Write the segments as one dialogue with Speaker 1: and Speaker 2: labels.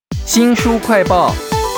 Speaker 1: 新书快报。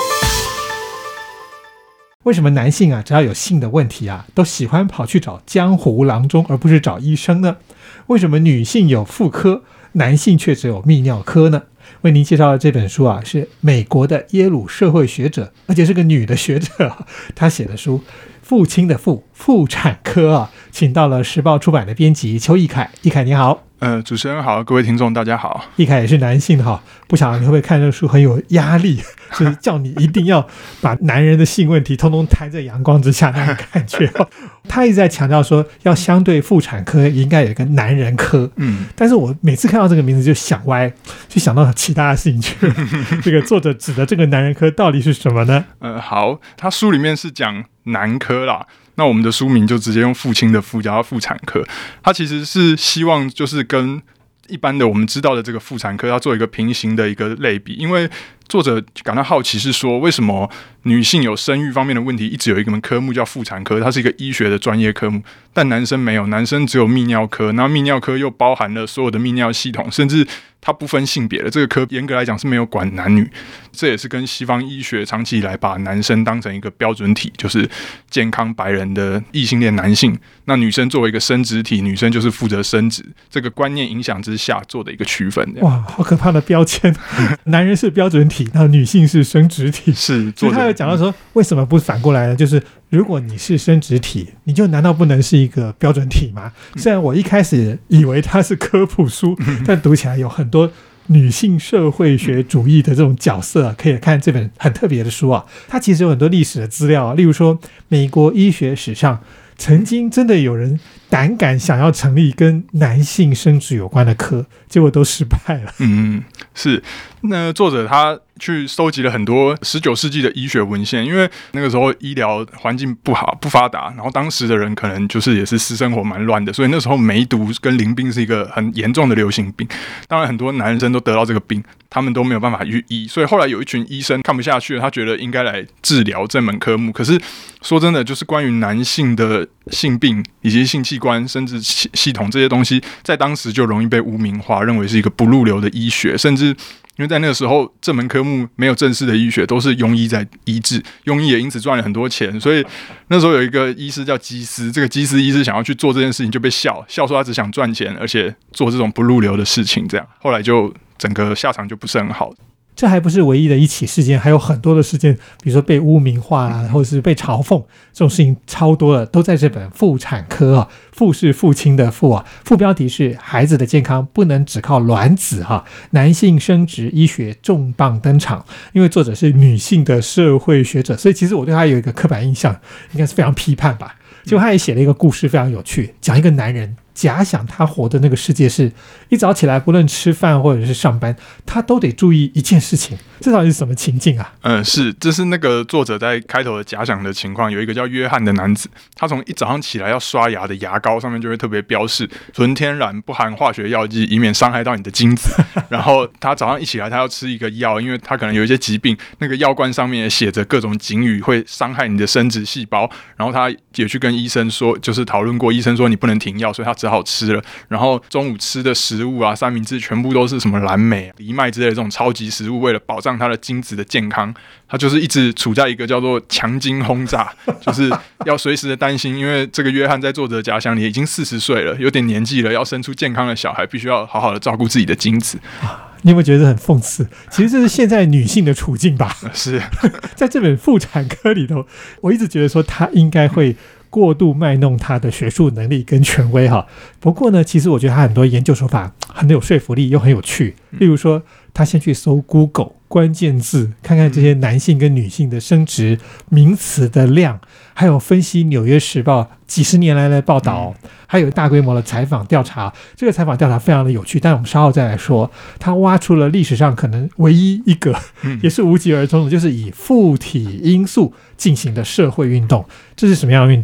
Speaker 2: 为什么男性只要有性的问题都喜欢跑去找江湖郎中而不是找医生呢？为什么女性有妇科，男性却只有泌尿科呢？为您介绍的这本书是美国的耶鲁社会学者，而且是个女的学者她写的书，父亲的父，妇产科请到了时报出版的编辑邱义凯。义凯你好。
Speaker 3: 主持人好，各位听众大家好。
Speaker 2: 义凯也是男性的不晓得你会不会看这个书很有压力，就是叫你一定要把男人的性问题通通摊在阳光之下那种感觉他一直在强调说要相对妇产科应该有一个男人科，但是我每次看到这个名字就想歪，就想到其他的事情去了这个作者指的这个男人科到底是什么呢？
Speaker 3: 好，他书里面是讲男科啦，那我们的书名就直接用父亲的父叫妇产科。他其实是希望就是跟一般的我们知道的这个妇产科要做一个平行的一个类比，因为作者感到好奇是说，为什么女性有生育方面的问题一直有一门科目叫妇产科，它是一个医学的专业科目，但男生没有，男生只有泌尿科，那泌尿科又包含了所有的泌尿系统，甚至它不分性别的，这个科严格来讲是没有管男女，这也是跟西方医学长期以来把男生当成一个标准体，就是健康白人的异性恋男性，那女生作为一个生殖体，女生就是负责生殖，这个观念影响之下做的一个区分。
Speaker 2: 哇，好可怕的标签男人是标准体，那女性是生殖体，
Speaker 3: 是
Speaker 2: 所以他有讲到说为什么不反过来呢？就是如果你是生殖体，你就难道不能是一个标准体吗？虽然我一开始以为它是科普书，但读起来有很多女性社会学主义的这种角色可以看这本很特别的书它其实有很多历史的资料例如说美国医学史上曾经真的有人胆敢想要成立跟男性生殖有关的科，结果都失败了。
Speaker 3: 是。那作者他去收集了很多19世纪的医学文献，因为那个时候医疗环境不好不发达，然后当时的人可能就是也是私生活蛮乱的，所以那时候梅毒跟淋病是一个很严重的流行病，当然很多男生都得到这个病，他们都没有办法去医，所以后来有一群医生看不下去了，他觉得应该来治疗这门科目。可是说真的，就是关于男性的性病以及性器官生殖系统这些东西，在当时就容易被污名化，认为是一个不入流的医学，甚至因为在那个时候这门科目没有正式的医学，都是庸医在医治，庸医也因此赚了很多钱，所以那时候有一个医师叫基斯，这个基斯医师想要去做这件事情就被笑说他只想赚钱，而且做这种不入流的事情，这样后来就整个下场就不是很好。
Speaker 2: 这还不是唯一的一起事件，还有很多的事件，比如说被污名化或者是被嘲讽，这种事情超多了，都在这本妇产科父是父亲的父副标题是孩子的健康不能只靠卵子男性生殖医学重磅登场。因为作者是女性的社会学者，所以其实我对他有一个刻板印象，应该是非常批判吧。结果他也写了一个故事非常有趣，讲一个男人假想他活的那个世界是一早起来不论吃饭或者是上班他都得注意一件事情，这到底是什么情境
Speaker 3: 是，这是那个作者在开头的假想的情况，有一个叫约翰的男子，他从一早上起来要刷牙的牙膏上面就会特别标示纯天然不含化学药剂，以免伤害到你的精子然后他早上一起来他要吃一个药，因为他可能有一些疾病，那个药罐上面也写着各种警语会伤害你的生殖细胞，然后他也去跟医生说，就是讨论过，医生说你不能停药，所以他只好吃了。然后中午吃的食物三明治全部都是什么蓝莓、藜麦之类的这种超级食物，为了保障他的精子的健康，他就是一直处在一个叫做强精轰炸，就是要随时的担心，因为这个约翰在作者的假想里已经40岁了，有点年纪了，要生出健康的小孩，必须要好好的照顾自己的精子。
Speaker 2: 你有没有觉得很讽刺？其实这是现在女性的处境吧？
Speaker 3: 是
Speaker 2: 在这本妇产科里头，我一直觉得说她应该会过度卖弄她的学术能力跟权威不过呢，其实我觉得她很多研究手法很有说服力又很有趣。例如说，她先去搜 Google 关键字，看看这些男性跟女性的生殖名词的量，还有分析《纽约时报》几十年来的报道还有大规模的采访调查。这个采访调查非常的有趣，但我们稍后再来说。他挖出了历史上可能唯一一个也是无疾而终的，就是以父体因素进行的社会运动。这是什么样的运动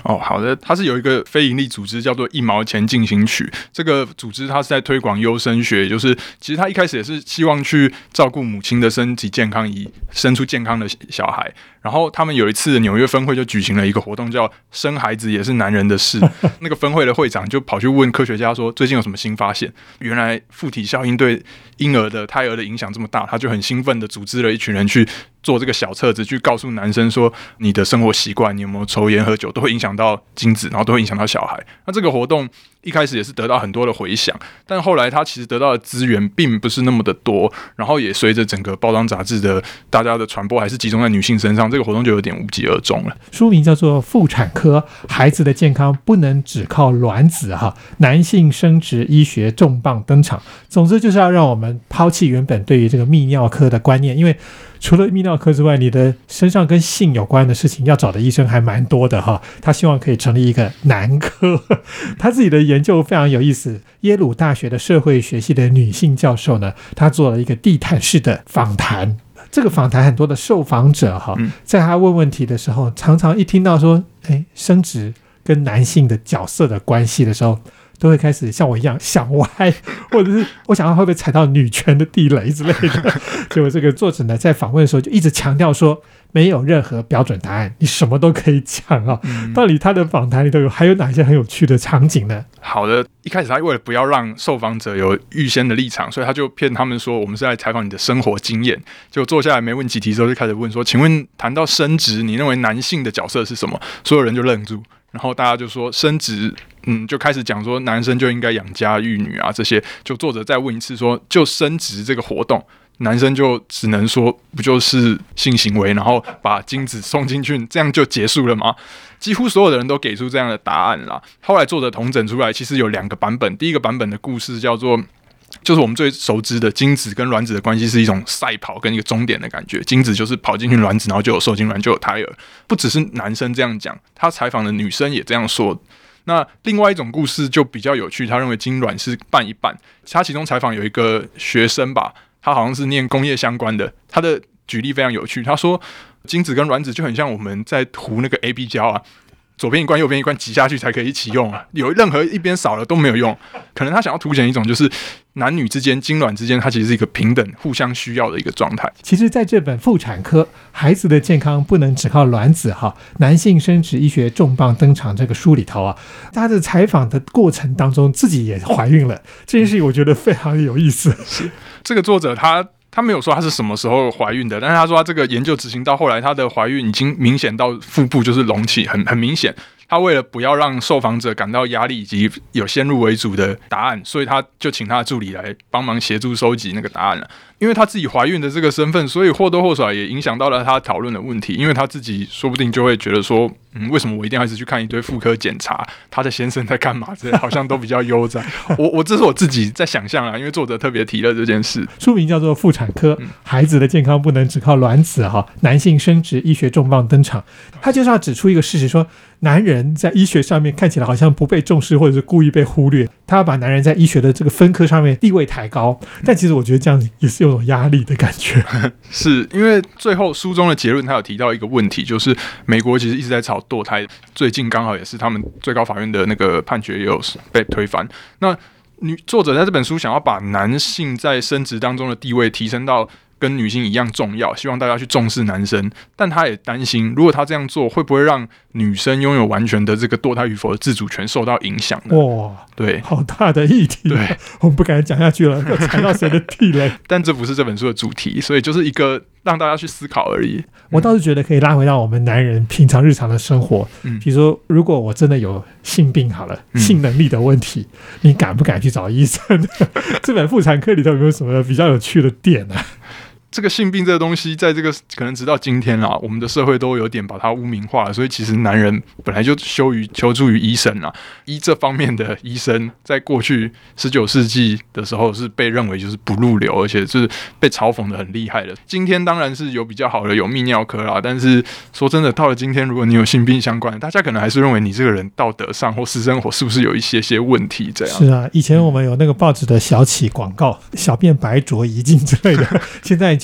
Speaker 3: 好的，它是有一个非营利组织叫做1毛钱进行曲，这个组织它是在推广优生学，就是其实它一开始也是希望去照顾母亲的身体健康，以生出健康的小孩。然后他们有一次纽约分会就举行了一个活动，叫生孩子也是男人的事。那个分会的会长就跑去问科学家说，最近有什么新发现？原来附体效应对胎儿的影响这么大，他就很兴奋的组织了一群人去做这个小册子，去告诉男生说，你的生活习惯，你有没有抽烟喝酒，都会影响到精子，然后都会影响到小孩。那这个活动一开始也是得到很多的回响，但后来他其实得到的资源并不是那么的多，然后也随着整个报章杂志的大家的传播还是集中在女性身上，这个活动就有点无疾而终了。
Speaker 2: 书名叫做《妇产科：孩子的健康不能只靠卵子》男性生殖医学重磅登场。总之就是要让我们抛弃原本对于这个泌尿科的观念，因为除了泌尿科之外，你的身上跟性有关的事情要找的医生还蛮多的他希望可以成立一个男科。他自己的研究非常有意思，耶鲁大学的社会学系的女性教授呢，他做了一个地毯式的访谈。这个访谈很多的受访者在他问问题的时候，常常一听到说生殖跟男性的角色的关系的时候，都会开始像我一样想歪，或者是我想要会不会踩到女权的地雷之类的。结果这个作者呢，在访问的时候就一直强调说，没有任何标准答案，你什么都可以讲到底他的访谈里头还有哪些很有趣的场景呢？
Speaker 3: 好的，一开始他为了不要让受访者有预先的立场，所以他就骗他们说，我们是来采访你的生活经验。结果坐下来没问几题之后，就开始问说，请问谈到生殖，你认为男性的角色是什么？所有人就愣住。然后大家就说生殖，就开始讲说男生就应该养家育女啊，这些。就作者再问一次说，就生殖这个活动，男生就只能说不就是性行为，然后把精子送进去，这样就结束了吗？几乎所有的人都给出这样的答案啦。后来作者统整出来，其实有2个版本。第一个版本的故事叫做，就是我们最熟知的精子跟卵子的关系是一种赛跑跟一个终点的感觉，精子就是跑进去卵子，然后就有受精卵，就有胎儿。不只是男生这样讲，他采访的女生也这样说。那另外一种故事就比较有趣，他认为精卵是半一半。他其中采访有一个学生吧，他好像是念工业相关的，他的举例非常有趣。他说，精子跟卵子就很像我们在涂那个 AB 胶啊，左边一罐右边一罐挤下去才可以一起用啊，有任何一边少了都没有用。可能他想要凸显一种就是男女之间精卵之间它其实是一个平等互相需要的一个状态。
Speaker 2: 其实在这本妇产科孩子的健康不能只靠卵子男性生殖医学重磅登场这个书里头他的采访的过程当中自己也怀孕了，这件事情我觉得非常有意思。
Speaker 3: 这个作者他没有说他是什么时候怀孕的，但是他说他这个研究执行到后来，他的怀孕已经明显到腹部就是隆起，很明显。他为了不要让受访者感到压力以及有先入为主的答案，所以他就请他的助理来帮忙协助收集那个答案了。因为他自己怀孕的这个身份，所以或多或少也影响到了他讨论的问题。因为他自己说不定就会觉得说，为什么我一定要一直去看一堆妇科检查？他的先生在干嘛？这好像都比较悠哉。这是我自己在想象啦，因为作者特别提了这件事。
Speaker 2: 书名叫做《妇产科：孩子的健康不能只靠卵子》男性生殖医学重磅登场。他就是要指出一个事实，说男人在医学上面看起来好像不被重视，或者是故意被忽略。他要把男人在医学的这个分科上面地位抬高，但其实我觉得这样也是有种压力的感觉。
Speaker 3: 是因为最后书中的结论，他有提到一个问题，就是美国其实一直在炒堕胎，最近刚好也是他们最高法院的那个判决也有被推翻。那作者在这本书想要把男性在生殖当中的地位提升到跟女性一样重要，希望大家去重视男生，但他也担心，如果他这样做，会不会让女生拥有完全的这个堕胎与否的自主权受到影响呢？
Speaker 2: 哇，
Speaker 3: 对，
Speaker 2: 好大的议题，
Speaker 3: 对，
Speaker 2: 我们不敢讲下去了，要踩到谁的地雷？
Speaker 3: 但这不是这本书的主题，所以就是一个让大家去思考而已。
Speaker 2: 我倒是觉得可以拉回到我们男人平常日常的生活，比如说，如果我真的有性病好了，性能力的问题，你敢不敢去找医生？这本妇产科里头有没有什么比较有趣的点呢？
Speaker 3: 这个性病这个东西，在这个可能直到今天啦，我们的社会都有点把它污名化了，所以其实男人本来就求助于医生啦。医这方面的医生，在过去19世纪的时候是被认为就是不入流，而且是被嘲讽的很厉害的。今天当然是有比较好的，有泌尿科啦，但是说真的，到了今天，如果你有性病相关的，大家可能还是认为你这个人道德上或私生活是不是有一些问题这样。
Speaker 2: 是啊，以前我们有那个报纸的小企广告，小便白浊遗精之类的，现在就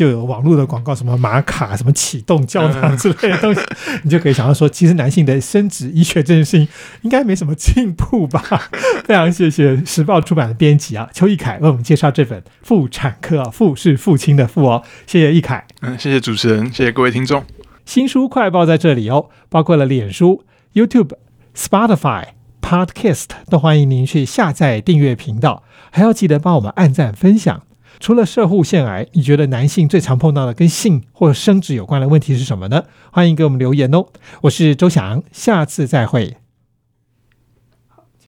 Speaker 2: 就有网络的广告，什么玛卡、什么启动胶囊之类的东西，你就可以想到说，其实男性的生殖医学这件事情应该没什么进步吧。非常谢谢时报出版的编辑邱奕凯为我们介绍这本《妇产科》父是父亲的父谢谢奕凯。
Speaker 3: 谢谢主持人，谢谢各位听众。
Speaker 2: 新书快报在这里包括了脸书、YouTube、Spotify、Podcast 都欢迎您去下载订阅频道，还要记得帮我们按赞分享。除了摄护腺癌，你觉得男性最常碰到的跟性或生殖有关的问题是什么呢？欢迎给我们留言我是周翔，下次再会。